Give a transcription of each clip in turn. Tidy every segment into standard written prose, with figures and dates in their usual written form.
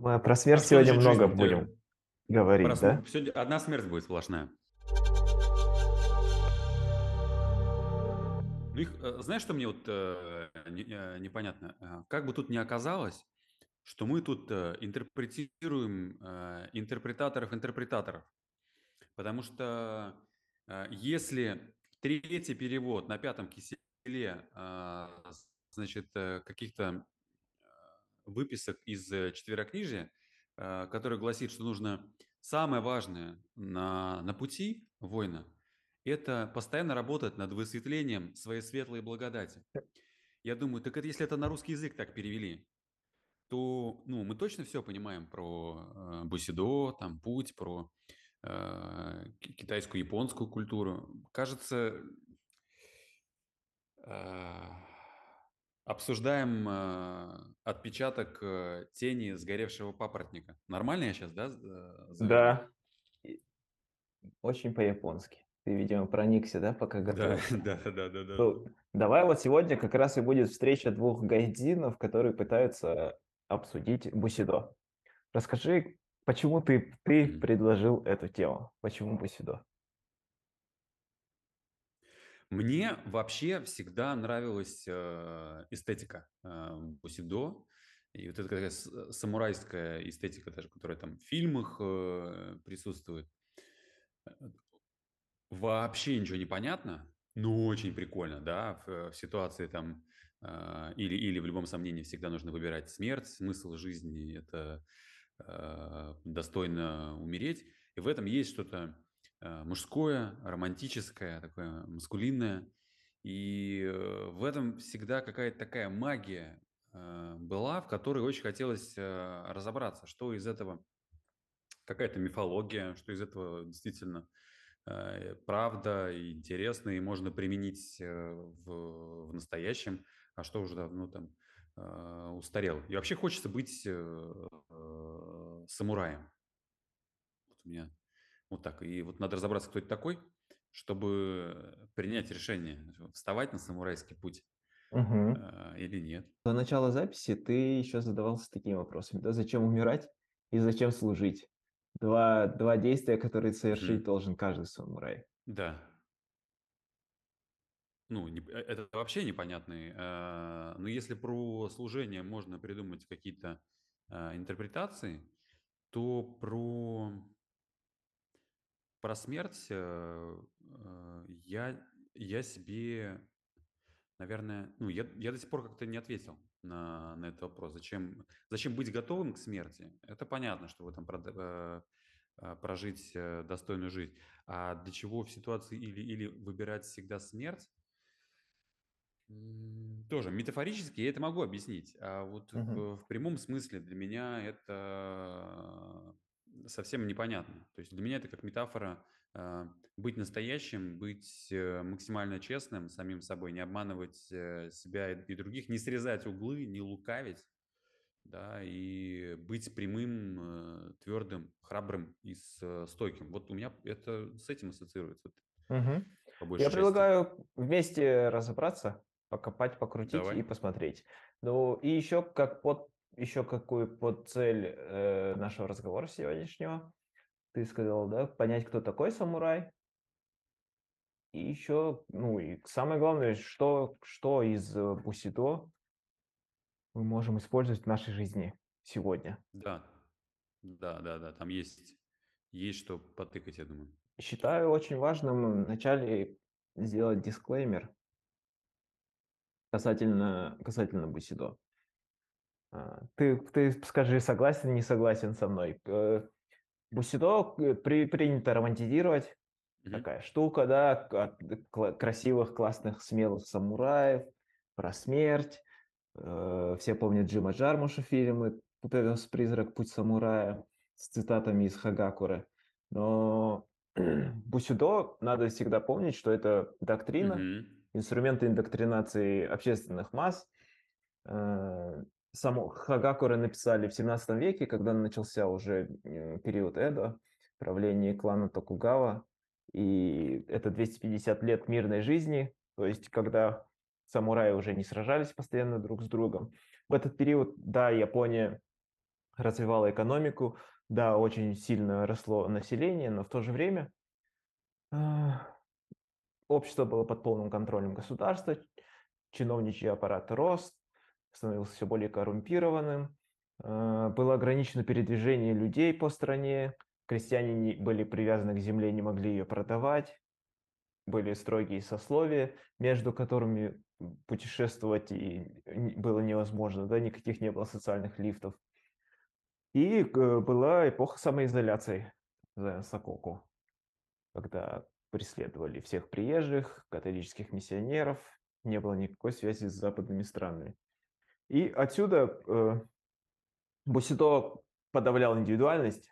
Мы про А смерть что сегодня значит жизнь? много У тебя будем говорить, да? сегодня одна смерть будет сплошная. Ну, знаешь, что мне вот непонятно? Как бы тут ни оказалось, что мы тут интерпретируем интерпретаторов интерпретаторов. Потому что если третий перевод на пятом киселе, значит, каких-то выписок из четверокнижия, который гласит, что нужно самое важное на пути воина — это постоянно работать над высветлением своей светлой благодати. Я думаю, так это если это на русский язык так перевели, то ну, мы точно все понимаем про бусидо, там, путь, про китайскую, японскую культуру. Кажется, а, обсуждаем отпечаток тени сгоревшего папоротника. Нормально я сейчас, да, завел? Да, и очень по-японски. Ты, видимо, проникся, да, пока Да, готовился? да, да, да, да, да. Ну, давай вот сегодня как раз и будет встреча двух гайдзинов, которые пытаются обсудить бусидо. Расскажи, почему ты Мгм. предложил эту тему? Почему бусидо? Мне вообще всегда нравилась эстетика бусидо. И вот эта такая самурайская эстетика даже, которая там в фильмах присутствует. Э, Вообще ничего не понятно, но очень прикольно, да, в ситуации там или в любом сомнении всегда нужно выбирать смерть, смысл жизни — это достойно умереть. И в этом есть что-то мужское, романтическое, такое маскулинное. И в этом всегда какая-то такая магия была, в которой очень хотелось разобраться, что из этого какая-то мифология, что из этого действительно правда и интересно, и можно применить в настоящем, а что уже давно там устарело. И вообще хочется быть самураем. Вот у меня вот так. И вот надо разобраться, кто это такой, чтобы принять решение, вставать на самурайский путь Мгм. или нет. До начала записи ты еще задавался такими вопросами, да? Зачем умирать и зачем служить? Два действия, которые совершить Мгм. должен каждый самурай. Да. Ну, это вообще непонятный. Но если про служение можно придумать какие-то интерпретации, то про смерть я себе, наверное, ну, я до сих пор как-то не ответил на этот вопрос. Зачем быть готовым к смерти? Это понятно, что вы там прожить достойную жизнь. А для чего в ситуации или выбирать всегда смерть? Тоже метафорически я это могу объяснить, а вот Мгм. в прямом смысле для меня это совсем непонятно. То есть для меня это как метафора быть настоящим, быть максимально честным самим собой, не обманывать себя и других, не срезать углы, не лукавить, да, и быть прямым, твердым, храбрым и стойким. Вот у меня это с этим ассоциируется вот, Мгм. по Я большей части. предлагаю вместе разобраться, покопать, покрутить Давай. и посмотреть. Ну, и еще еще какую подцель нашего разговора сегодняшнего. Ты сказал, да, понять, кто такой самурай. И еще, ну и самое главное, что из бусидо мы можем использовать в нашей жизни сегодня. Да, да, да, да, там есть что потыкать, я думаю. Считаю очень важным вначале сделать дисклеймер касательно бусидо. Ты скажи, согласен, не согласен со мной. Бусидо принято романтизировать. Мгм. Такая штука, да, красивых, классных, смелых самураев, про смерть. Все помнят Джима Джармуша фильмы «Путевос призрак. Путь самурая» с цитатами из Хагакуры. Но бусидо надо всегда помнить, что это доктрина, Мгм. инструмент индоктринации общественных масс. Э, Саму Хагакуры написали в 17 веке, когда начался уже период Эдо, правление клана Токугава. И это 250 лет мирной жизни, то есть когда самураи уже не сражались постоянно друг с другом. В этот период, да, Япония развивала экономику. Да, очень сильно росло население, но в то же время а, общество было под полным контролем государства, чиновничий аппарат рос, становился все более коррумпированным, было ограничено передвижение людей по стране, крестьяне были привязаны к земле, не могли ее продавать, были строгие сословия, между которыми путешествовать было невозможно, да, никаких не было социальных лифтов. И была эпоха самоизоляции за Сококу, когда преследовали всех приезжих, католических миссионеров, не было никакой связи с западными странами. И отсюда Бусидо подавлял индивидуальность,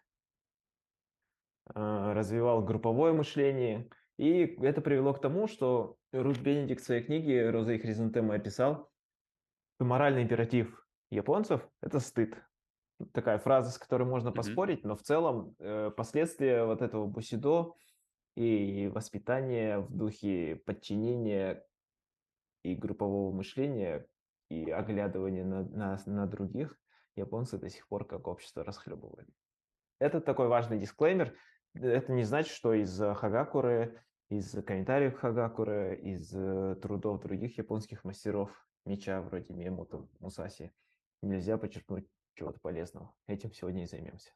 развивал групповое мышление, и это привело к тому, что Рут Бенедикт в своей книге «Роза и хризантемы» описал, что моральный императив японцев – это стыд. Такая фраза, с которой можно Мгм. поспорить, но в целом последствия вот этого бусидо и воспитания в духе подчинения и группового мышления, и оглядывания на других японцы до сих пор как общество расхлебывают. Это такой важный дисклеймер. Это не значит, что из Хагакуры, из комментариев Хагакуры, из трудов других японских мастеров меча, вроде Миямото Мусаси, нельзя почерпнуть чего-то полезного. Этим сегодня и займемся.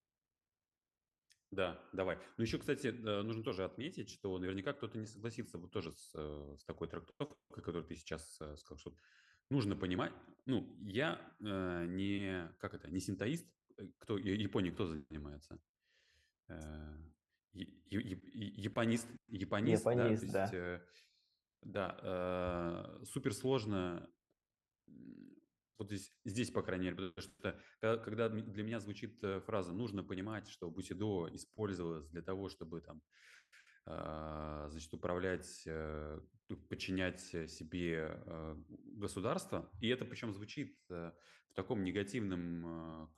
Да, давай. Ну, еще, кстати, нужно тоже отметить, что наверняка кто-то не согласится вот тоже с такой трактовкой, которую ты сейчас сказал, что нужно понимать. Ну, я не синтоист, Японией кто занимается? Э, японист, да, то Японист, есть, да. да, супер сложно вот здесь, по крайней мере, потому что когда для меня звучит фраза «нужно понимать, что бусидо использовалось для того, чтобы там, значит, управлять, подчинять себе государство», и это причем звучит в таком негативном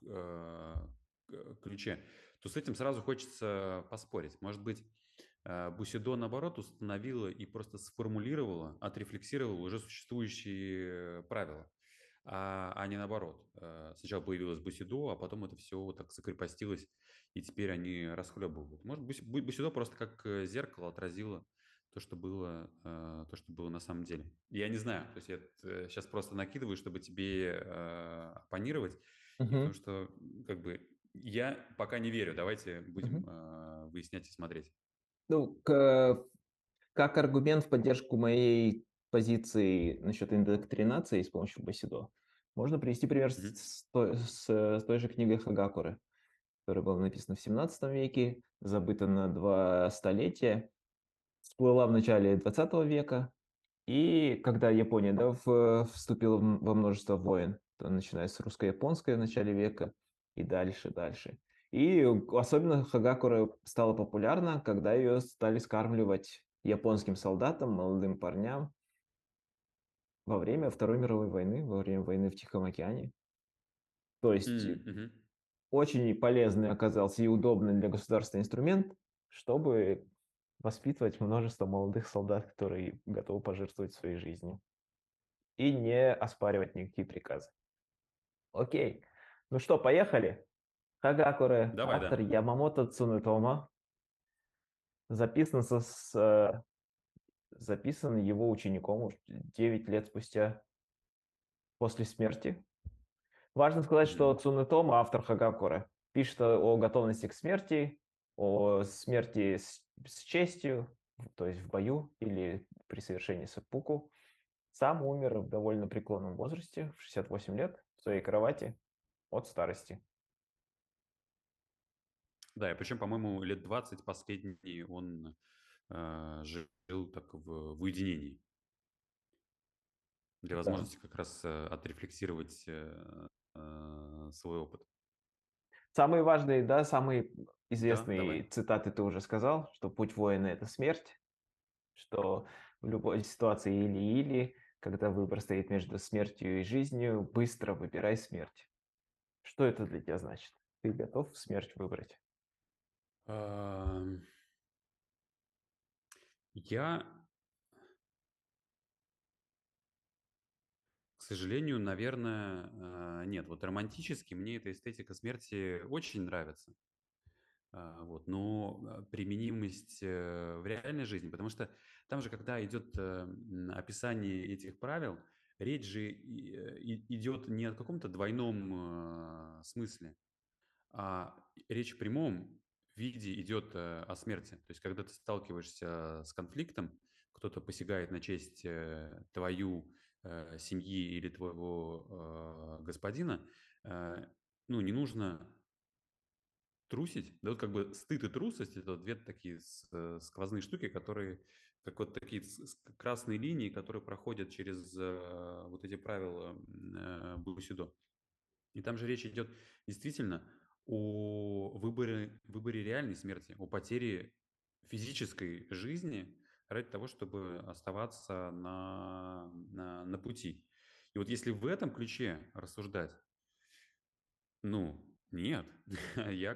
ключе, то с этим сразу хочется поспорить. Может быть, Бусидо, наоборот, установила и просто сформулировала, отрефлексировала уже существующие правила, а не наоборот. Сначала появилось Бусидо, а потом это все вот так закрепостилось, и теперь они расхлебывают. Может, Бусидо просто как зеркало отразило то, что было на самом деле. Я не знаю, то есть я сейчас просто накидываю, чтобы тебе оппонировать, и потому Мгм, что как бы я пока не верю. Давайте мгм. будем выяснять и смотреть. Ну, как аргумент в поддержку моей позиции насчет индоктринации с помощью Басидо, можно привести пример Мгм. с той же книгой Хагакуры, которая была написана в 17 веке, забыта на 2 столетия, всплыла в начале 20 века. И когда Япония, да, вступила во множество войн, то начиная с русско-японской в начале века и дальше. И особенно Хагакура стала популярна, когда ее стали скармливать японским солдатам, молодым парням во время Второй мировой войны, во время войны в Тихом океане. То есть Мгм. очень полезный оказался и удобный для государства инструмент, чтобы воспитывать множество молодых солдат, которые готовы пожертвовать своей жизнью и не оспаривать никакие приказы. Окей. Ну что, поехали? Хагакуре, Давай, да. автор Ямамото Цунетома, записан, записан его учеником уж 9 лет спустя после смерти. Важно сказать, что Мгм. Цунетома, автор Хагакуре, пишет о готовности к смерти, о смерти с честью, то есть в бою или при совершении сэппуку. Сам умер в довольно преклонном возрасте, в 68 лет, в своей кровати от старости. Да, и причем, по-моему, лет 20 последний он жил так в уединении для Да. возможности как раз отрефлексировать свой опыт. Самые важные, да, самые Да, давай. известные цитаты ты уже сказал, что путь воина – это смерть, что в любой ситуации или-или, когда выбор стоит между смертью и жизнью, быстро выбирай смерть. Что это для тебя значит? Ты готов смерть выбрать? Ам, Я, к сожалению, наверное, нет. Вот романтически мне эта эстетика смерти очень нравится. Вот, но применимость в реальной жизни, потому что там же, когда идет описание этих правил, речь же идет не о каком-то двойном смысле, а речь в прямом виде идет о смерти. То есть, когда ты сталкиваешься с конфликтом, кто-то посягает на честь твою, семьи или твоего господина, э, ну, не нужно трусить. Да, вот как бы стыд и трусость — это вот две такие сквозные штуки, которые как вот такие красные линии, которые проходят через вот эти правила Бусидо. И там же речь идет действительно о выборе реальной смерти, о потере физической жизни ради того, чтобы оставаться на пути. И вот если в этом ключе рассуждать, ну, нет, я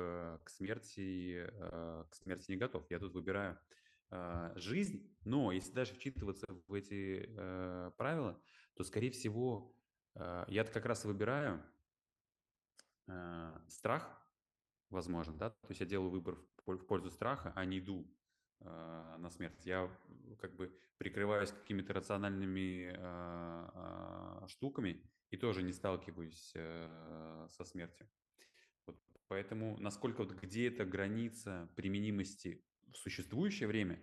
к смерти не готов. Я тут выбираю жизнь, но если даже вчитываться в эти правила, то, скорее всего, я как раз и выбираю страх, возможно, да, то есть я делаю выбор в пользу страха, а не иду на смерть. Я как бы прикрываюсь какими-то рациональными штуками и тоже не сталкиваюсь со смертью. Вот поэтому, насколько вот где эта граница применимости в существующее время,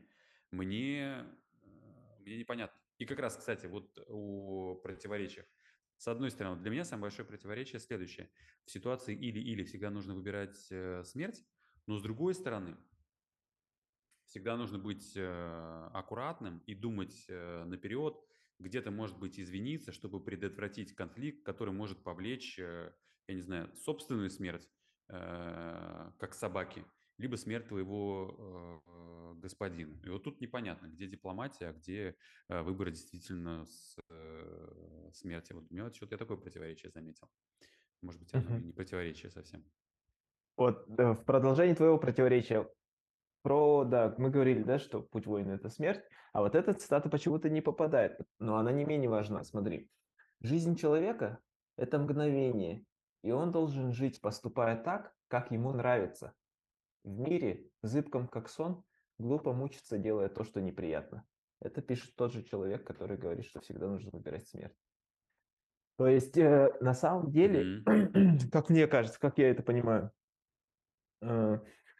мне непонятно. И как раз, кстати, вот о противоречиях. С одной стороны, для меня самое большое противоречие следующее. В ситуации или-или всегда нужно выбирать смерть, но с другой стороны, всегда нужно быть аккуратным и думать наперед, где-то, может быть, извиниться, чтобы предотвратить конфликт, который может повлечь, я не знаю, собственную смерть, как собаки, либо смерть твоего господина. И вот тут непонятно, где дипломатия, а где выбор действительно смерти. Вот у меня вот что-то я такое противоречие заметил. Может быть, оно и Мгм. не противоречие совсем. Вот в продолжении твоего противоречия да, мы говорили, да, что путь воина — это смерть, а вот эта цитата почему-то не попадает, но она не менее важна. Смотри, жизнь человека — это мгновение, и он должен жить, поступая так, как ему нравится. В мире, зыбком как сон, глупо мучиться, делая то, что неприятно. Это пишет тот же человек, который говорит, что всегда нужно выбирать смерть. То есть, на самом деле, Мгм. как мне кажется, как я это понимаю, э,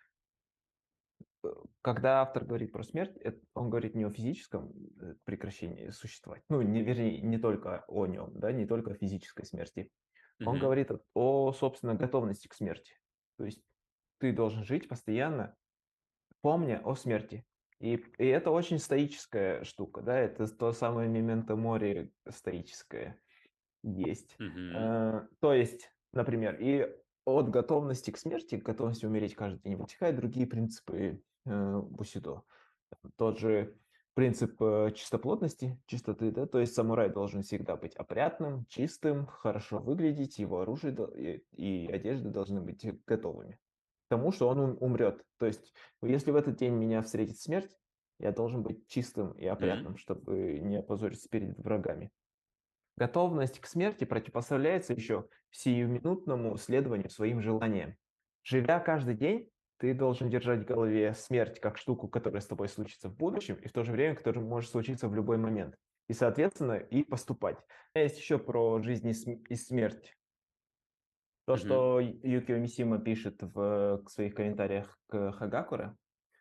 когда автор говорит про смерть, он говорит не о физическом прекращении существовать, ну, не, вернее, не только о нем, да, не только о физической смерти. Он Мгм. говорит о, собственно, готовности к смерти. То есть ты должен жить постоянно, помня о смерти. И это очень стоическая штука, да, это то самое мементо мори стоическое есть. Мгм. То есть, например, и от готовности к смерти, к готовности умереть каждый день вытекают другие принципы бусидо. Тот же принцип чистоплотности, чистоты, да, то есть самурай должен всегда быть опрятным, чистым, хорошо выглядеть, его оружие и одежда должны быть готовыми к тому, что он умрет. То есть, если в этот день меня встретит смерть, я должен быть чистым и Мгм. опрятным, чтобы не опозориться перед врагами. Готовность к смерти противопоставляется еще сиюминутному следованию своим желаниям. Живя каждый день, ты должен держать в голове смерть как штуку, которая с тобой случится в будущем, и в то же время, которая может случиться в любой момент. И, соответственно, и поступать. Есть еще про жизнь и смерть. То, Мгм. что Юкио Мисима пишет в своих комментариях к Хагакуре,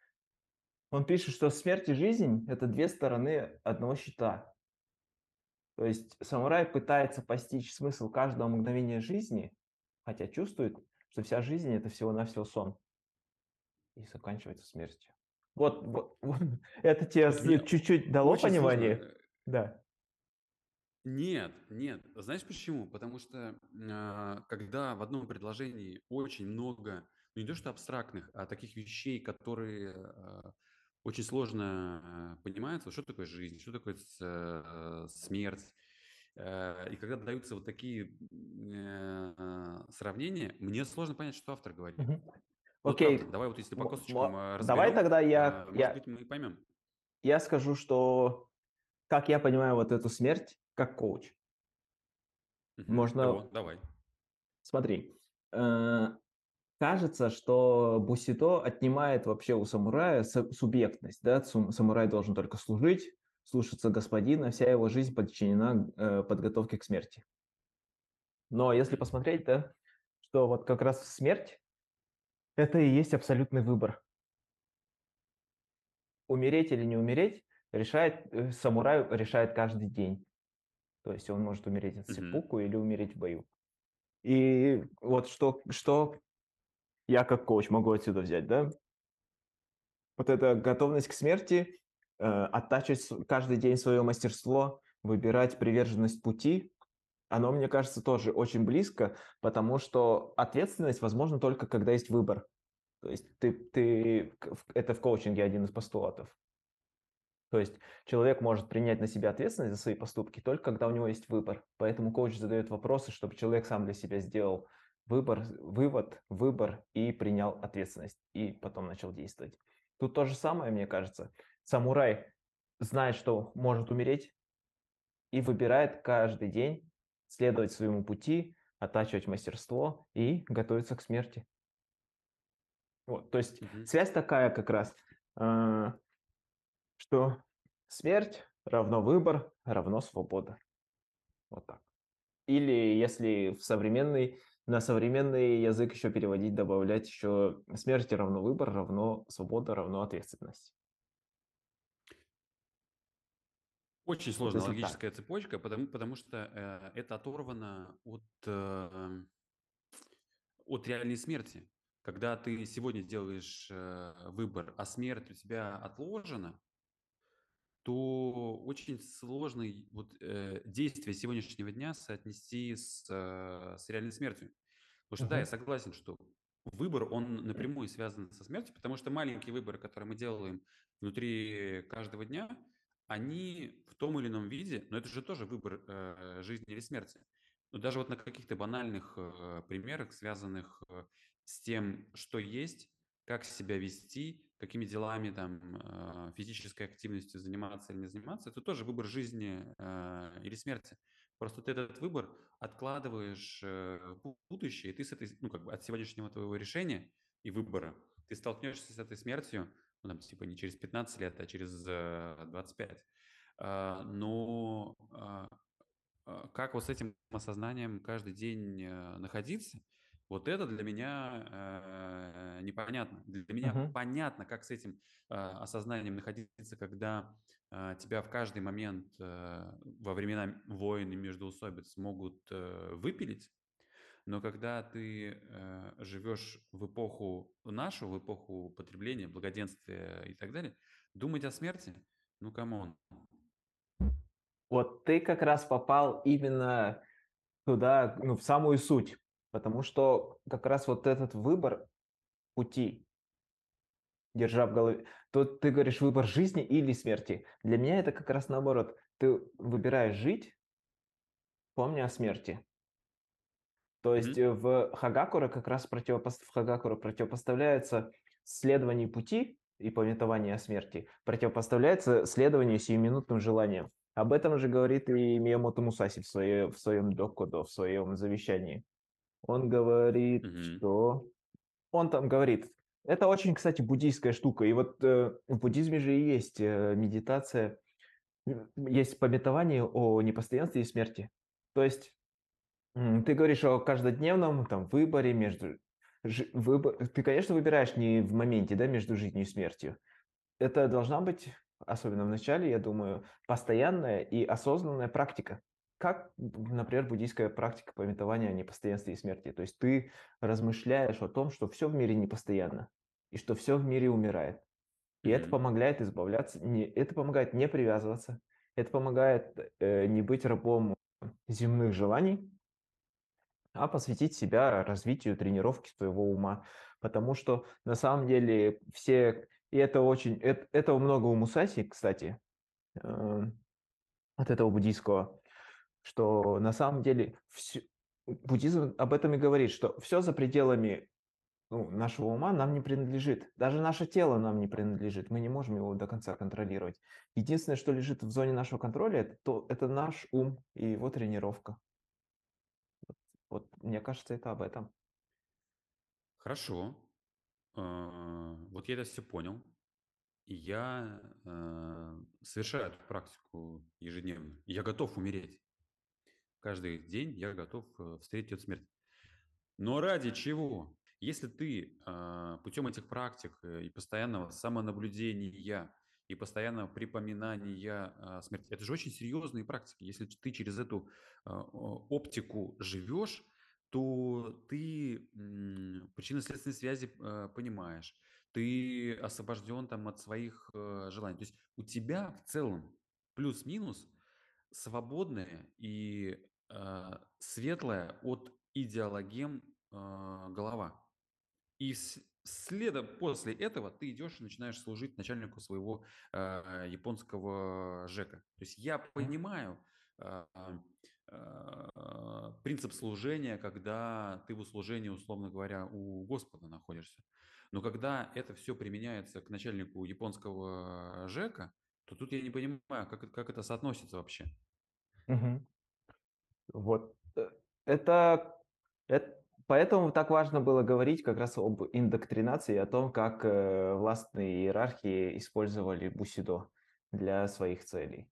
он пишет, что смерть и жизнь — это две стороны одного щита. То есть самурай пытается постичь смысл каждого мгновения жизни, хотя чувствует, что вся жизнь — это всего-навсего сон и заканчивается смертью. Вот. Это тебе Вот мне чуть-чуть дало очень сложно. понимание? Да. Нет, нет. Знаешь почему? Потому что когда в одном предложении очень много, ну не то что абстрактных, а таких вещей, которые очень сложно понимаются, что такое жизнь, что такое смерть, и когда даются вот такие сравнения, мне сложно понять, что автор говорит. Мгм. Вот правда, Окей. давай вот если по косточкам Давай разберем, тогда может быть, мы и поймем. я скажу, что как я понимаю вот эту смерть как коуч. Можно, Давай. смотри, э, кажется, что бусидо отнимает вообще у самурая субъектность, да, самурай должен только служить, слушаться господина, вся его жизнь подчинена подготовке к смерти. Но если Мгм. посмотреть, да, что вот как раз смерть– это и есть абсолютный выбор. Умереть или не умереть самурай решает каждый день. То есть он может умереть от Мгм. сеппуку или умереть в бою. И вот что я как коуч могу отсюда взять, да? Вот эта готовность к смерти, оттачивать каждый день свое мастерство, выбирать приверженность пути, оно, мне кажется, тоже очень близко, потому что ответственность возможна только когда есть выбор. То есть это в коучинге один из постулатов. То есть человек может принять на себя ответственность за свои поступки только когда у него есть выбор. Поэтому коуч задает вопросы, чтобы человек сам для себя сделал выбор и принял ответственность, и потом начал действовать. Тут то же самое, мне кажется. Самурай знает, что может умереть, и выбирает каждый день следовать своему пути, оттачивать мастерство и готовиться к смерти. Вот, то есть Мгм. связь такая как раз, а, что смерть равно выбор, равно свобода. Вот так. Или если на современный язык еще переводить, добавлять еще смерть равно выбор, равно свобода, равно ответственность. Очень Вот сложная если так. логическая цепочка, потому что это оторвано от реальной смерти. Когда ты сегодня делаешь выбор, а смерть у тебя отложена, то очень сложно действие сегодняшнего дня соотнести с реальной смертью. Потому что да, я Мгм. согласен, что выбор, он напрямую связан со смертью, потому что маленькие выборы, которые мы делаем внутри каждого дня, они в том или ином виде, но это же тоже выбор жизни или смерти. Но даже вот на каких-то банальных примерах, связанных с тем, что есть, как себя вести, какими делами там физической активностью заниматься или не заниматься, это тоже выбор жизни или смерти. Просто ты этот выбор откладываешь в будущее, и ты с этой, ну, как бы от сегодняшнего твоего решения и выбора ты столкнешься с этой смертью, ну, там, типа не через 15 лет, а через 25. Но как вот с этим осознанием каждый день находиться, вот это для меня непонятно. Для меня Мгм. понятно, как с этим осознанием находиться, когда тебя в каждый момент во времена войн и междоусобиц могут выпилить, но когда ты живешь в эпоху нашу, в эпоху потребления, благоденствия и так далее, думать о смерти, ну, камон. Вот ты как раз попал именно туда, ну, в самую суть. Потому что как раз вот этот выбор пути, держа в голове, тут ты говоришь выбор жизни или смерти. Для меня это как раз наоборот. Ты выбираешь жить, помня о смерти. То есть, Мгм. в Хагакура противопоставляется следованию пути и памятование о смерти, противопоставляется следованию сиюминутным желаниям. Об этом же говорит и Миямото Мусаси в своем докудо, в своем завещании. Он говорит, Мгм. что он там говорит, это очень, кстати, буддийская штука. И вот в буддизме же и есть медитация, есть памятование о непостоянстве и смерти. То есть ты говоришь о каждодневном там выборе между ты, конечно, выбираешь не в моменте, да, между жизнью и смертью. Это должна быть, особенно в начале, я думаю, постоянная и осознанная практика. Как, например, буддийская практика памятования о непостоянстве и смерти. То есть ты размышляешь о том, что все в мире непостоянно и что все в мире умирает. И это Мгм. помогает избавляться, это помогает не привязываться, это помогает не быть рабом земных желаний, а посвятить себя развитию тренировки своего ума. Потому что на самом деле и это этого много у Мусаси, кстати, э, от этого буддийского, что на самом деле буддизм об этом и говорит, что все за пределами нашего ума нам не принадлежит. Даже наше тело нам не принадлежит. Мы не можем его до конца контролировать. Единственное, что лежит в зоне нашего контроля, это наш ум и его тренировка. Вот мне кажется, это об этом. Хорошо. Вот я это все понял. И я совершаю эту практику ежедневно. И я готов умереть. Каждый день я готов встретить эту смерть. Но ради чего? Если ты путем этих практик и постоянного самонаблюдения, и постоянного припоминания смерти, это же очень серьезные практики. Если ты через эту оптику живешь, то ты причинно-следственные связи понимаешь, ты освобожден там от своих желаний. То есть у тебя в целом плюс-минус свободная и светлая от идеологем голова. И следом после этого ты идешь и начинаешь служить начальнику своего японского ЖЭКа. То есть я М. понимаю а, принцип служения, когда ты в услужении, условно говоря, у Господа находишься. Но когда это все применяется к начальнику японского ЖЭКа, то тут я не понимаю, как это соотносится вообще. Мгм. Вот, это поэтому так важно было говорить как раз об индоктринации, о том, как, властные иерархии использовали бусидо для своих целей.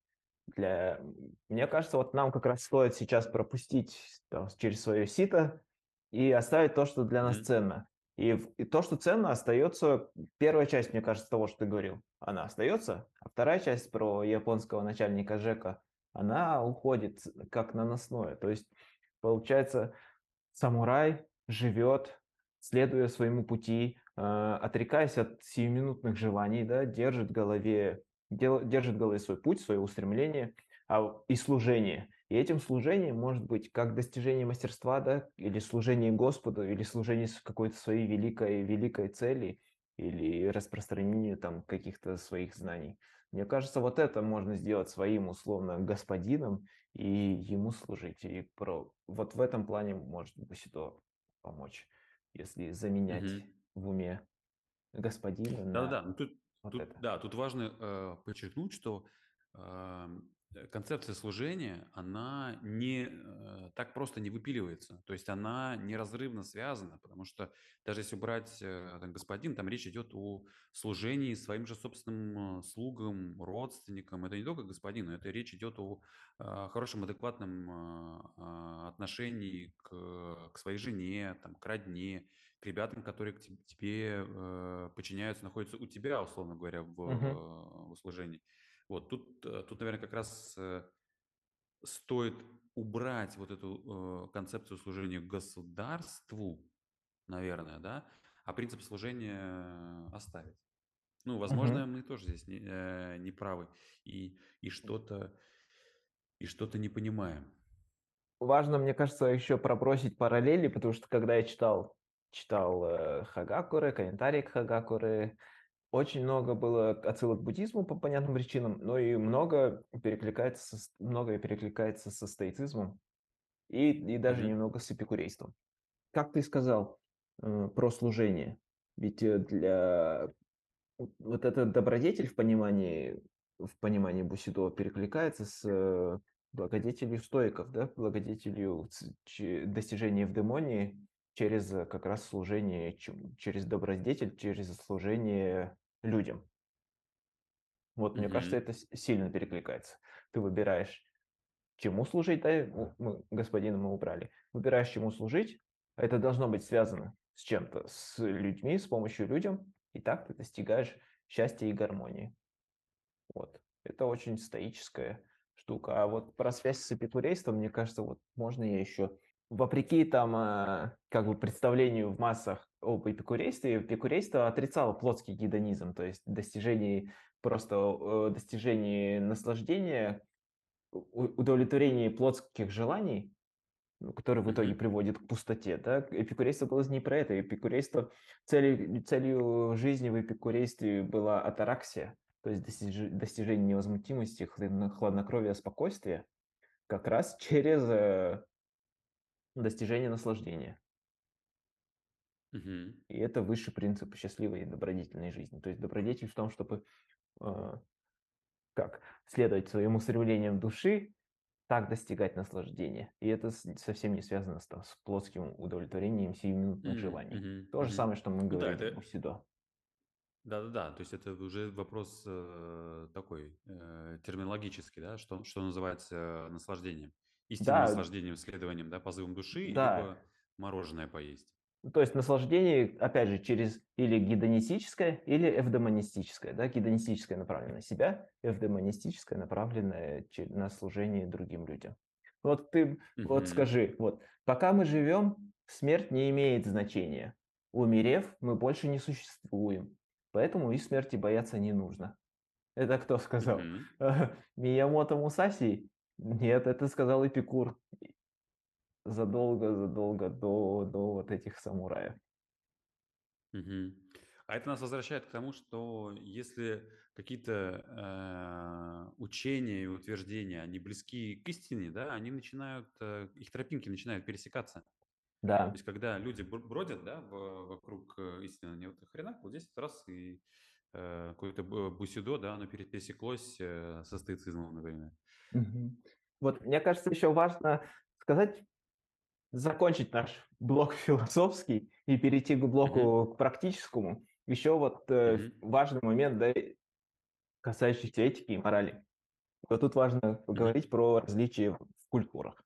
Мне кажется, вот нам как раз стоит сейчас пропустить там через свое сито и оставить то, что для нас Мгм. ценно. И то, что ценно, остается. Первая часть, мне кажется, того, что ты говорил, она остается, а вторая часть про японского начальника ЖЭКа, она уходит как наносное. То есть, получается, самурай живет, следуя своему пути, отрекаясь от сиюминутных желаний, да, держит в голове свой путь, свое устремление, и служение. И этим служением может быть как достижение мастерства, да, или служение Господу, или служение какой-то своей великой цели, или распространение там каких-то своих знаний. Мне кажется, вот это можно сделать своим условно господином и ему служить. Вот в этом плане может Bushido помочь, если заменять Мгм. в уме господина на Да-да-да, ну вот это. тут важно подчеркнуть, что концепция служения, она не так просто не выпиливается. То есть она неразрывно связана, потому что даже если брать там, господин, там речь идет о служении своим же собственным слугам, родственникам. Это не только господину, это речь идет о хорошем, адекватном отношении к своей жене, там, к родне, к ребятам, которые тебе подчиняются, находятся у тебя, условно говоря, Мгм. в услужении. Вот тут, наверное, как раз стоит убрать вот эту концепцию служения государству, наверное, да, а принцип служения оставить. Ну, возможно, Мгм. мы тоже здесь не правы и что-то не понимаем. Важно, мне кажется, еще пробросить параллели, потому что когда я читал Хагакуры, комментарии к Хагакуры, очень много было отсылок к буддизму по понятным причинам, но и многое перекликается со стоицизмом и даже Мгм. немного с эпикурейством. Как ты сказал, про служение. Ведь, вот этот добродетель в понимании бусидо перекликается с, благодетелью стоиков, да, благодетелью достижения в демонии через как раз служение, через добродетель, через служение людям. Вот, мне кажется, Мгм. это сильно перекликается. Ты выбираешь, чему служить, да, господина мы убрали. Выбираешь, чему служить, а это должно быть связано с чем-то, с людьми, с помощью людям, и так ты достигаешь счастья и гармонии. Вот. Это очень стоическая штука. А вот про связь с эпикурейством, мне кажется, вот можно я еще, вопреки там, как бы представлению в массах об эпикурействе, эпикурейство отрицало плотский гедонизм, то есть достижение наслаждения, удовлетворение плотских желаний, ну, который в итоге Мгм. приводит к пустоте, да. Эпикурейство было не про это. Целью жизни в эпикурействе была атараксия, то есть достижение невозмутимости, хладнокровия, спокойствия, как раз через достижение наслаждения. Мгм. И это высший принцип счастливой и добродетельной жизни. То есть добродетель в том, чтобы, э, как, следовать своим устремлениям души, так достигать наслаждения. И это совсем не связано с плотским удовлетворением сиюминутных желаний. Мгм, То же мгм. самое, что мы Ну да, говорили в это Бусидо. да-да-да, то есть это уже вопрос такой терминологический, да, что называется наслаждением. Истинным Да, наслаждением, следованием, да, позывом души, да. либо мороженое поесть. Ну, то есть наслаждение, опять же, через или гедонистическое, или эвдемонистическое. Да? Гедонистическое направлено на себя, эвдемонистическое направленное на служение другим людям. Вот ты вот Мгм, скажи, вот пока мы живем, смерть не имеет значения. Умерев, мы больше не существуем. Поэтому и смерти бояться не нужно. Это кто сказал? мгм, Миямото Мусаси? Нет, это сказал Эпикур задолго до вот этих самураев. мгм. А это нас возвращает к тому, что если какие-то учения и утверждения, они близки к истине, да, они начинают, их тропинки начинают пересекаться. То Да. есть, когда люди бродят, да, вокруг истины, они вот хренак, вот здесь раз и какое-то бусидо, да, оно пересеклось со стоицизмом, например. Мгм. Вот мне кажется, еще важно сказать, закончить наш блок философский и перейти к Мгм. блоку к практическому. Еще вот Мгм. важный момент, да, касающийся этики и морали. Вот тут важно Мгм. поговорить про различия в культурах.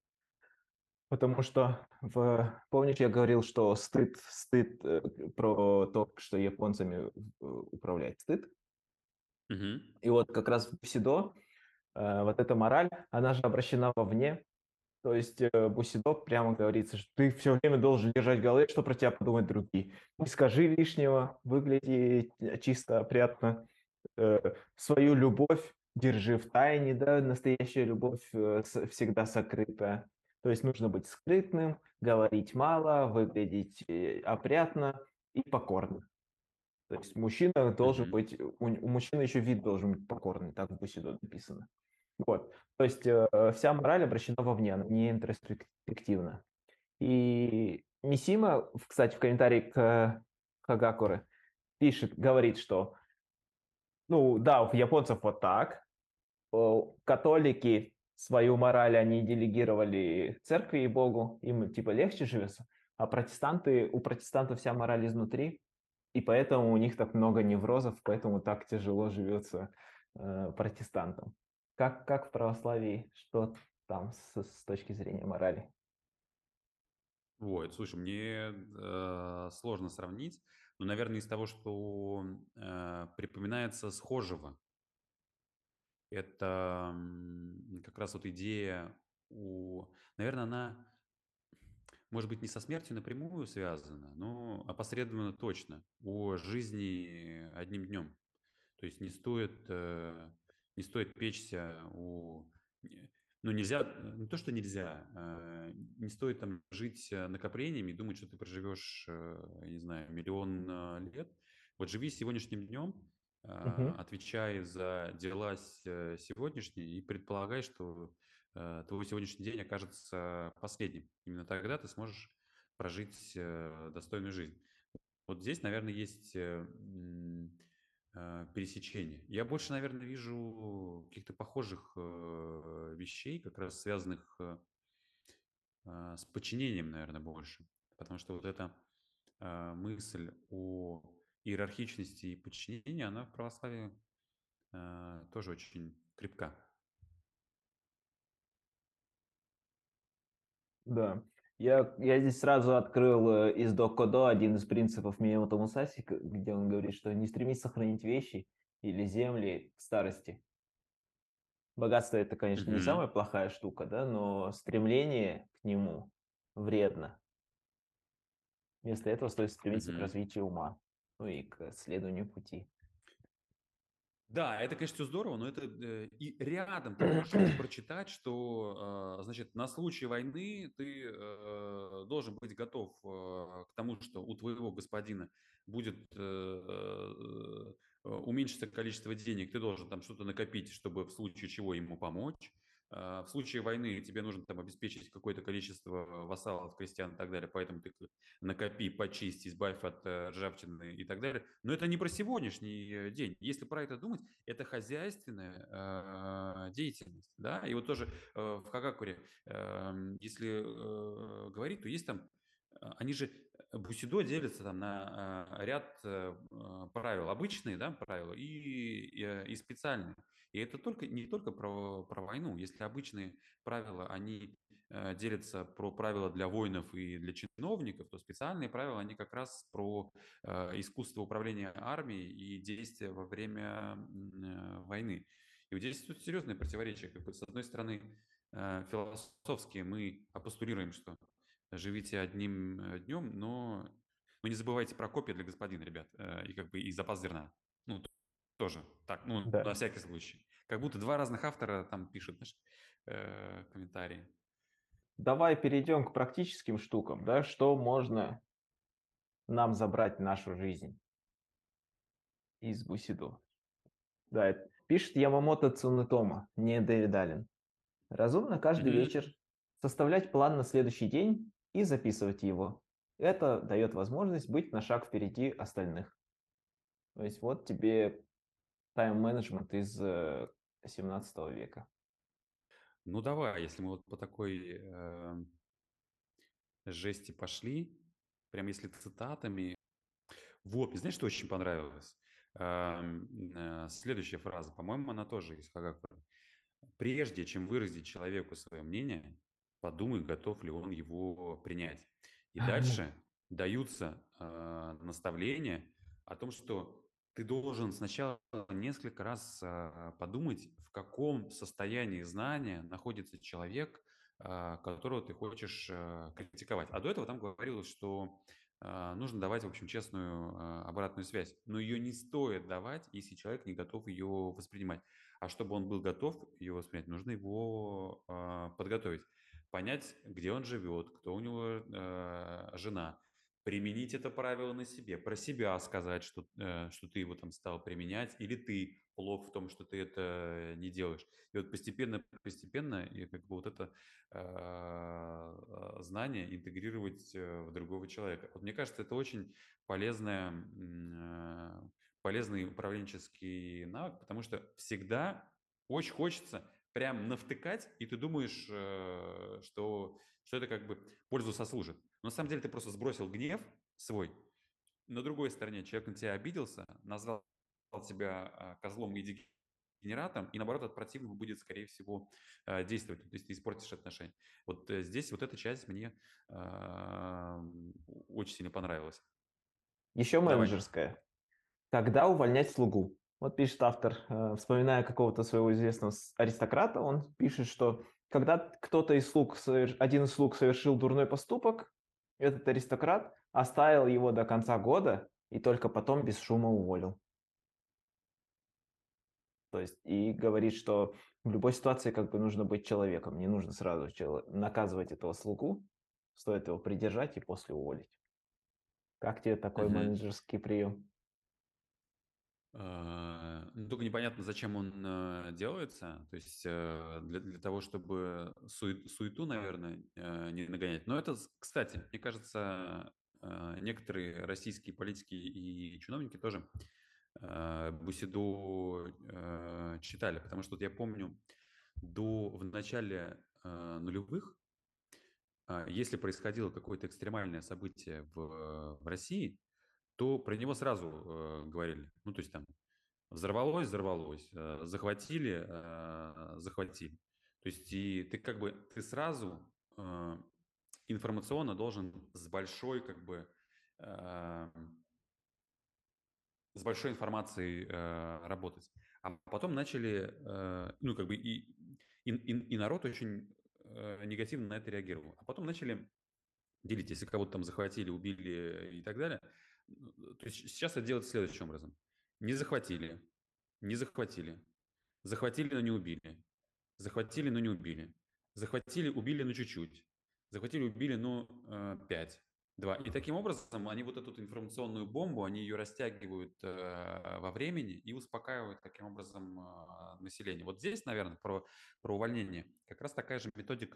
Потому что помнишь, я говорил, что стыд про то, что японцами управляет стыд. Мгм. И вот как раз в Бусидо вот эта мораль, она же обращена вовне. То есть Бусидо прямо говорится, что ты все время должен держать в голове, что про тебя подумают другие. Не скажи лишнего, выгляди чисто, опрятно. Свою любовь держи в тайне, да, настоящая любовь всегда сокрыта. То есть нужно быть скрытным, говорить мало, выглядеть опрятно и покорно. То есть мужчина должен Мгм. быть, у мужчины еще вид должен быть покорный, так в Бусидо написано. Вот. То есть вся мораль обращена вовне, она не интроспективна. И Мисима, кстати, в комментарии к Хагакуре пишет, говорит, что, ну да, у японцев вот так, католики свою мораль они делегировали церкви и Богу, им типа легче живется, а у протестантов вся мораль изнутри, и поэтому у них так много неврозов, поэтому так тяжело живется протестантам. Как в православии, что там с точки зрения морали? Вот, слушай, мне сложно сравнить, но, наверное, из того, что припоминается схожего, это как раз вот идея наверное, она, может быть, не со смертью напрямую связана, но опосредованно точно, о жизни одним днем. То есть не стоит печься не- ну, нельзя, не то, что нельзя, не стоит там жить накоплениями и думать, что ты проживешь, я не знаю, миллион лет. Вот живи сегодняшним днем, Мгм. отвечай за дела сегодняшние и предполагай, что твой сегодняшний день окажется последним. Именно тогда ты сможешь прожить достойную жизнь. Вот здесь, наверное, есть пересечение. Я больше, наверное, вижу каких-то похожих вещей, как раз связанных с подчинением, наверное, больше. Потому что вот эта мысль о иерархичности и подчинении, она в православии тоже очень крепка. Да. Я здесь сразу открыл из Докодо один из принципов Миямото Мусаси, где он говорит, что не стремись сохранить вещи или земли в старости. Богатство это, конечно, не Мгм. самая плохая штука, да, но стремление к нему вредно. Вместо этого стоит стремиться к Мгм. развитию ума, ну и к следованию пути. Да, это, конечно, всё здорово, но это, и рядом ты можешь прочитать, что, значит, на случай войны ты, должен быть готов, к тому, что у твоего господина будет, уменьшиться количество денег, ты должен там что-то накопить, чтобы в случае чего ему помочь. в случае войны тебе нужно там обеспечить какое-то количество вассалов, крестьян и так далее, поэтому ты накопи, почисти, избавь от ржавчины и так далее. Но это не про сегодняшний день. Если про это думать, это хозяйственная деятельность. Да? И вот тоже в Хагакуре, если говорить, то есть там, они же Бусидо делится там на ряд правил, обычные, да, правила и специальные. И это не только про войну. Если обычные правила, они делятся про правила для воинов и для чиновников, то специальные правила, они как раз про искусство управления армией и действия во время войны. И вот здесь тут серьезное противоречие. Как бы, с одной стороны, философски мы постулируем, что живите одним днем, но не забывайте про копии для господина, ребят, и как бы и запас зерна. Ну, тоже так, ну, на Да. всякий случай. Как будто два разных автора там пишут, знаешь, комментарии. Давай перейдем к практическим штукам, да, что можно нам забрать в нашу жизнь из Бусидо. Да, пишет Ямамото Цунетома, не Дэвид Аллен. Разумно каждый Мгм. вечер составлять план на следующий день и записывать его. Это дает возможность быть на шаг впереди остальных. То есть вот тебе тайм-менеджмент из 17 века. Ну, давай, если мы вот по такой жести пошли, прям если цитатами. Вот, мне знаешь, что очень понравилось? Следующая фраза, по-моему, она тоже из Хагакура. Прежде чем выразить человеку свое мнение, подумай, готов ли он его принять. И дальше даются наставления о том, что ты должен сначала несколько раз подумать, в каком состоянии знания находится человек, которого ты хочешь критиковать. А до этого там говорилось, что нужно давать, в общем, честную обратную связь. Но ее не стоит давать, если человек не готов ее воспринимать. А чтобы он был готов ее воспринять, нужно его подготовить, понять, где он живет, кто у него жена, применить это правило на себе, про себя сказать, что ты его там стал применять, или ты плох в том, что ты это не делаешь. И вот постепенно, и как бы вот это знание интегрировать в другого человека. Вот мне кажется, это очень полезное полезный управленческий навык, потому что всегда очень хочется прям навтыкать, и ты думаешь, что это как бы пользу сослужит. Но на самом деле ты просто сбросил гнев свой. На другой стороне человек на тебя обиделся, назвал тебя козлом и дегенератом, и наоборот от противного будет, скорее всего, действовать. То есть ты испортишь отношения. Вот здесь вот эта часть мне очень сильно понравилась. Еще Давай. менеджерская. Когда увольнять слугу? Вот пишет автор, вспоминая какого-то своего известного аристократа, он пишет, что когда кто-то из слуг, один из слуг совершил дурной поступок, этот аристократ оставил его до конца года и только потом без шума уволил. То есть и говорит, что в любой ситуации как бы нужно быть человеком, не нужно сразу наказывать этого слугу, стоит его придержать и после уволить. Как тебе такой Мгм. менеджерский прием? Ну, только непонятно, зачем он делается. То есть для того, чтобы суету, наверное, не нагонять. Но это, кстати, мне кажется, некоторые российские политики и чиновники тоже Бусиду читали. Потому что вот я помню, в начале нулевых, если происходило какое-то экстремальное событие в России, то про него сразу говорили. Ну, то есть там взорвалось, захватили, захватили. То есть и ты как бы, ты сразу э, информационно должен э, с большой информацией работать. А потом начали, ну как бы и народ очень негативно на это реагировал. А потом начали делить, если кого-то там захватили, убили и так далее. То есть сейчас это делается следующим образом. Не захватили, не захватили. Захватили, но не убили. Захватили, но не убили. Захватили, убили, но чуть-чуть. Захватили, убили, но 5. Да, и таким образом они вот эту информационную бомбу, они ее растягивают во времени и успокаивают таким образом население. Вот здесь, наверное, про увольнение как раз такая же методика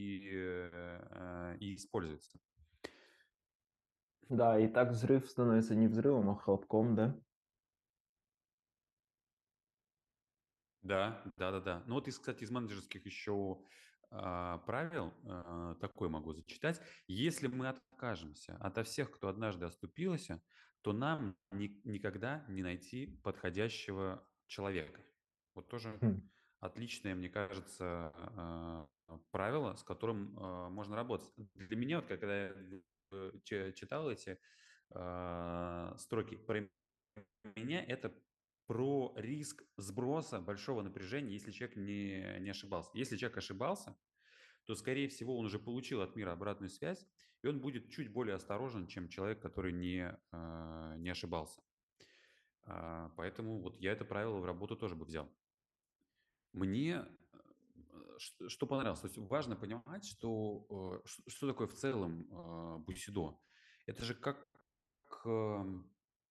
и используется. Да, и так взрыв становится не взрывом, а хлопком, да? Да, да-да-да. Ну вот, кстати, из менеджерских еще правил такой могу зачитать. Если мы откажемся ото всех, кто однажды оступился, то нам никогда не найти подходящего человека. Вот тоже Хм. отличное, мне кажется, правило, с которым можно работать. Для меня, вот когда я читал эти строки, про меня это про риск сброса большого напряжения, если человек не ошибался. Если человек ошибался, то, скорее всего, он уже получил от мира обратную связь, и он будет чуть более осторожен, чем человек, который не ошибался. Поэтому вот я это правило в работу тоже бы взял. Мне что понравилось? То есть важно понимать, что такое в целом бусидо. Это же как эм,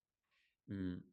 м,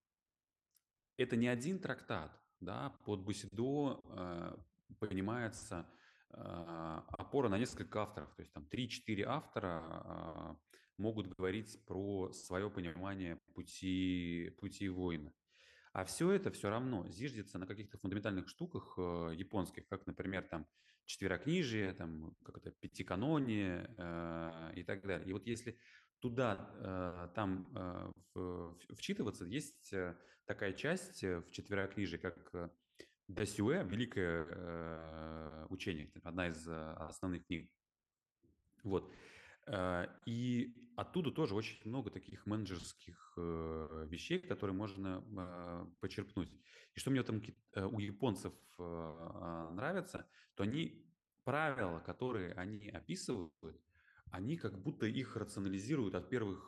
это не один трактат, да, под бусидо понимается опора на несколько авторов, то есть там три-четыре автора могут говорить про свое понимание пути воина. А все это все равно зиждется на каких-то фундаментальных штуках японских, как, например, там четверокнижие, там как это пятиканония и так далее. И вот если туда там вчитываться, есть такая часть в четверокнижии, как Дасюэ, великое учение, одна из основных книг. Вот. И оттуда тоже очень много таких менеджерских вещей, которые можно почерпнуть. И что мне там у японцев нравится, то они правила, которые они описывают, они как будто их рационализируют от первых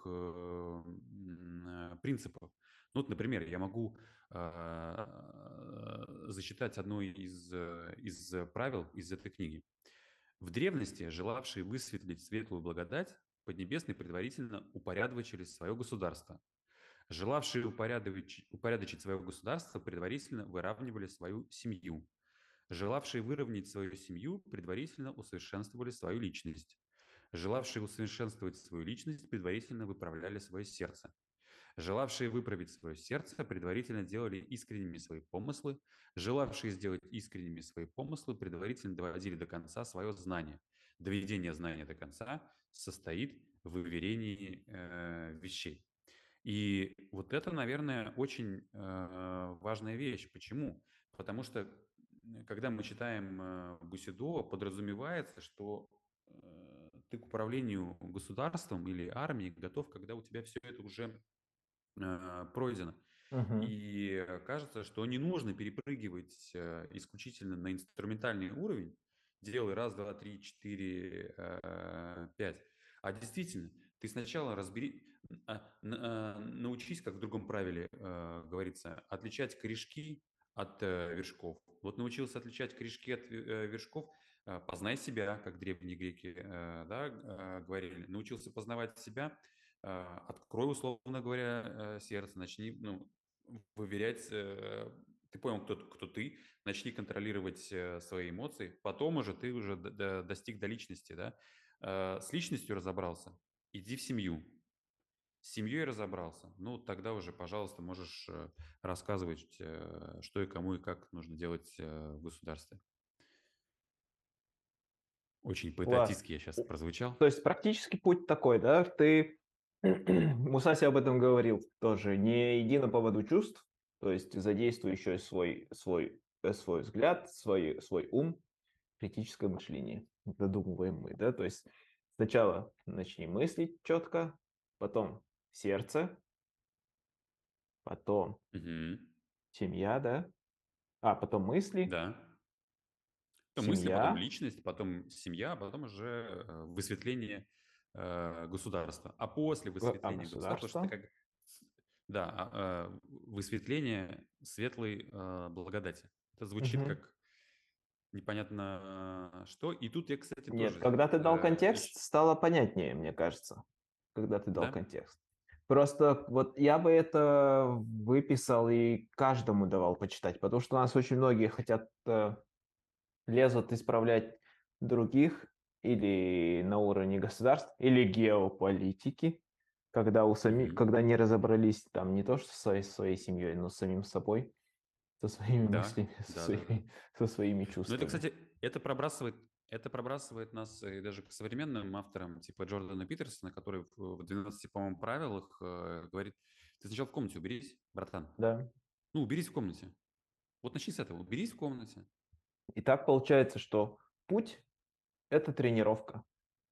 принципов. Ну, вот, например, я могу зачитать одно из правил из этой книги. В древности желавшие высветлить светлую благодать Поднебесный предварительно упорядочили свое государство. Желавшие упорядочить свое государство предварительно выравнивали свою семью. Желавшие выровнять свою семью предварительно усовершенствовали свою личность. Желавшие усовершенствовать свою личность предварительно выправляли свое сердце. Желавшие выправить свое сердце предварительно делали искренними свои помыслы, желавшие сделать искренними свои помыслы предварительно доводили до конца свое знание. Доведение знания до конца состоит в выверении вещей. И вот это, наверное, очень важная вещь. Почему? Потому что, когда мы читаем Бусидо, подразумевается, что ты к управлению государством или армией готов, когда у тебя все это уже пройдено. Мгм. И кажется, что не нужно перепрыгивать исключительно на инструментальный уровень, делай раз, два, три, четыре, пять. А действительно, ты сначала научись, как в другом правиле говорится, отличать корешки от вершков. Вот научился отличать корешки от вершков, познай себя, как древние греки да, говорили. Научился познавать себя, открой, условно говоря, сердце, начни, ну, выверять, ты понял, кто ты, начни контролировать свои эмоции, потом уже ты уже достиг до личности, да. С личностью разобрался, иди в семью. С семьей разобрался, ну, тогда уже, пожалуйста, можешь рассказывать, что и кому и как нужно делать в государстве. Очень Класс. поэтатически я сейчас О, прозвучал. То есть практически путь такой, да? Ты Мусаси об этом говорил тоже. Не иди на поводу чувств, то есть задействуй еще и свой взгляд, свой ум, критическое мышление. Додумываем мы, да? То есть сначала начни мыслить четко, потом сердце, потом Мгм. семья, да? Потом мысли, Да. Мысли, потом семья, личность, потом семья, а потом уже высветление государства. А после высветления государства, потому что государство. это как да, высветление светлой благодати. Это звучит Мгм. как непонятно что. И тут я, кстати, Нет, тоже когда ты дал контекст, ещё стало понятнее, мне кажется. когда ты дал Да? контекст. Просто вот я бы это выписал и каждому давал почитать, потому что у нас очень многие хотят, лезут исправлять других или на уровне государств, или геополитики, Мгм. когда не разобрались там не то что со своей семьей, но с самим собой, со своими Да, мыслями, да, да, да. со своими Но это, чувствами. кстати, это пробрасывает нас и даже к современным авторам, типа Джордана Питерсона, который в 12, по-моему, правилах говорит: ты сначала в комнате уберись, братан. Да. Ну, уберись в комнате. Вот начни с этого. Уберись в комнате. И так получается, что путь– это тренировка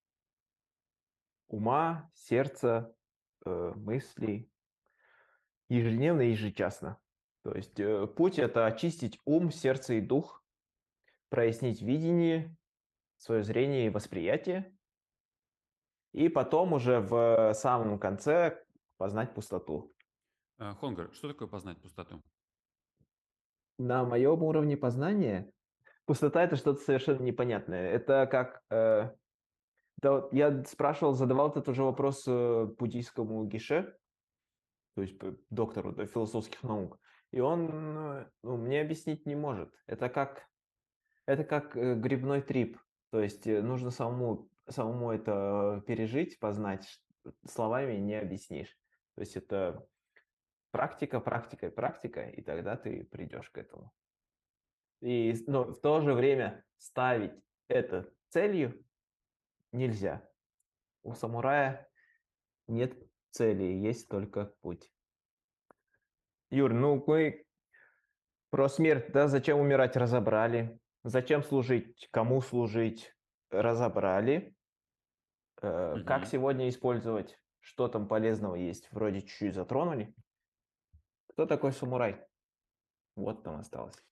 ума, сердца, мыслей, ежедневно и ежечасно. То есть путь– это очистить ум, сердце и дух, прояснить видение, свое зрение и восприятие, и потом уже в самом конце познать пустоту. Хонгар, что такое познать пустоту? На моем уровне познания пустота– это что-то совершенно непонятное. Это как… да, вот я спрашивал, задавал этот уже вопрос буддийскому гише, то есть доктору, да, философских наук, и он ну, мне объяснить не может. Это как грибной трип, то есть нужно самому это пережить, познать, словами не объяснишь. То есть это практика, практика и практика, и тогда ты придешь к этому. Но в то же время ставить это целью нельзя. У самурая нет цели, есть только путь. Юр, ну мы про смерть, да, зачем умирать, разобрали. Зачем служить, кому служить, разобрали. Как Мгм. сегодня использовать, что там полезного есть, вроде чуть-чуть затронули. Кто такой самурай? Вот там осталось.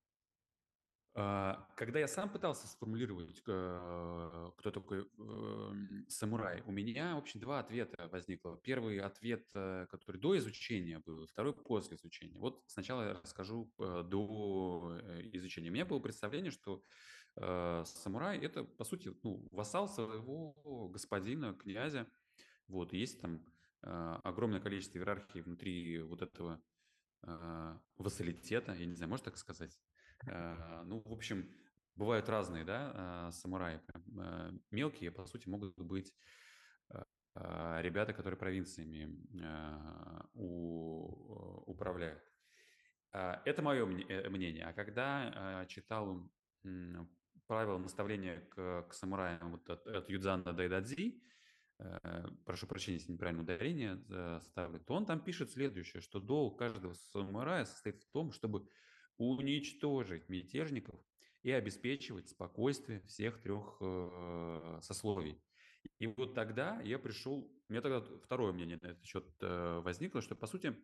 Когда я сам пытался сформулировать, кто такой самурай, у меня, в общем, два ответа возникло. Первый ответ, который до изучения был, второй после изучения. Вот сначала я расскажу до изучения. У меня было представление, что самурай– это, по сути, ну, вассал своего господина, князя. Вот, и есть там огромное количество иерархии внутри вот этого вассалитета, я не знаю, можно так сказать? Ну, в общем, бывают разные, да, самураи. Прям, мелкие, по сути, могут быть ребята, которые провинциями управляют. Это мое мнение. А когда читал правила наставления к самураям вот от Юдзана Дайдадзи, прошу прощения, если неправильно ударение ставлю, то он там пишет следующее, что долг каждого самурая состоит в том, чтобы уничтожить мятежников и обеспечивать спокойствие всех трех сословий. И вот тогда я пришел, у меня тогда второе мнение на этот счет возникло, что, по сути,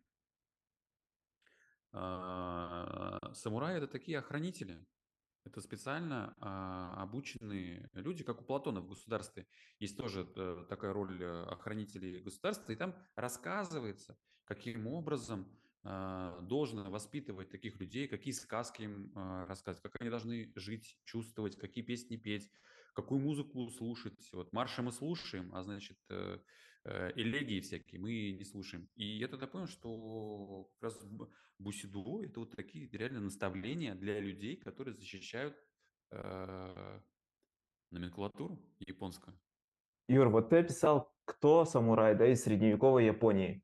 самураи– это такие охранители. Это специально обученные люди, как у Платона в государстве. Есть тоже такая роль охранителей государства, и там рассказывается, каким образом должно воспитывать таких людей, какие сказки им рассказывать, как они должны жить, чувствовать, какие песни петь, какую музыку слушать. Вот марши мы слушаем, а значит элегии всякие мы не слушаем. И я тогда понял, что как раз бусидо– это вот такие реально наставления для людей, которые защищают э, номенклатуру японскую. Юр, вот ты описал, кто самурай, да, из средневековой Японии.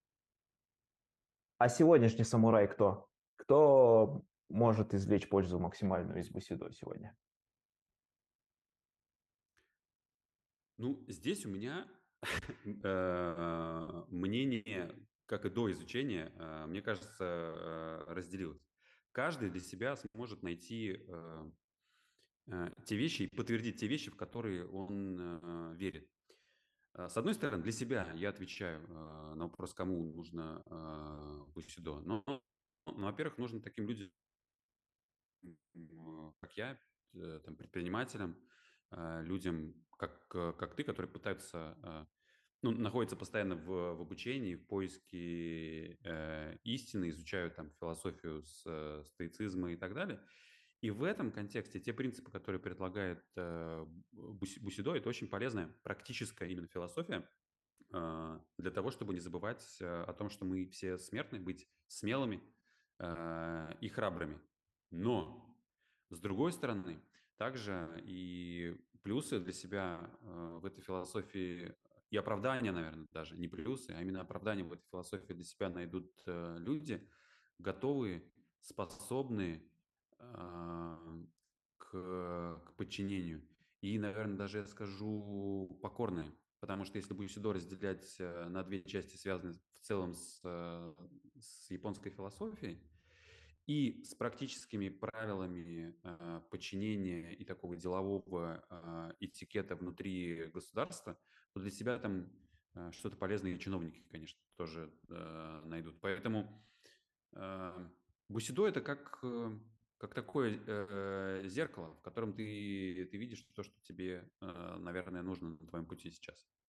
А сегодняшний самурай кто? Кто может извлечь пользу максимальную из бусидо сегодня? Ну, здесь у меня мнение, как и до изучения, мне кажется, разделилось. Каждый для себя сможет найти те вещи и подтвердить те вещи, в которые он верит. С одной стороны, для себя я отвечаю на вопрос, кому нужно бусидо. Но, во-первых, нужно таким людям, как я, там, предпринимателям, людям, как ты, которые пытаются, ну, находятся постоянно в обучении, в поиске истины, изучают там философию стоицизма и так далее. И в этом контексте те принципы, которые предлагает Бусидо, это очень полезная практическая именно философия, для того, чтобы не забывать о том, что мы все смертны, быть смелыми и храбрыми. Но, с другой стороны, также и плюсы для себя в этой философии, и оправдания, наверное, даже, не плюсы, а именно оправдания в этой философии для себя найдут люди, готовые, способные к подчинению. И, наверное, даже я скажу покорные. Потому что если Bushido разделять на две части, связанные в целом с японской философией и с практическими правилами подчинения и такого делового этикета внутри государства, то для себя там что-то полезное и чиновники, конечно, тоже найдут. Поэтому Бусидо это как такое зеркало, в котором ты видишь то, что тебе, наверное, нужно на твоем пути сейчас.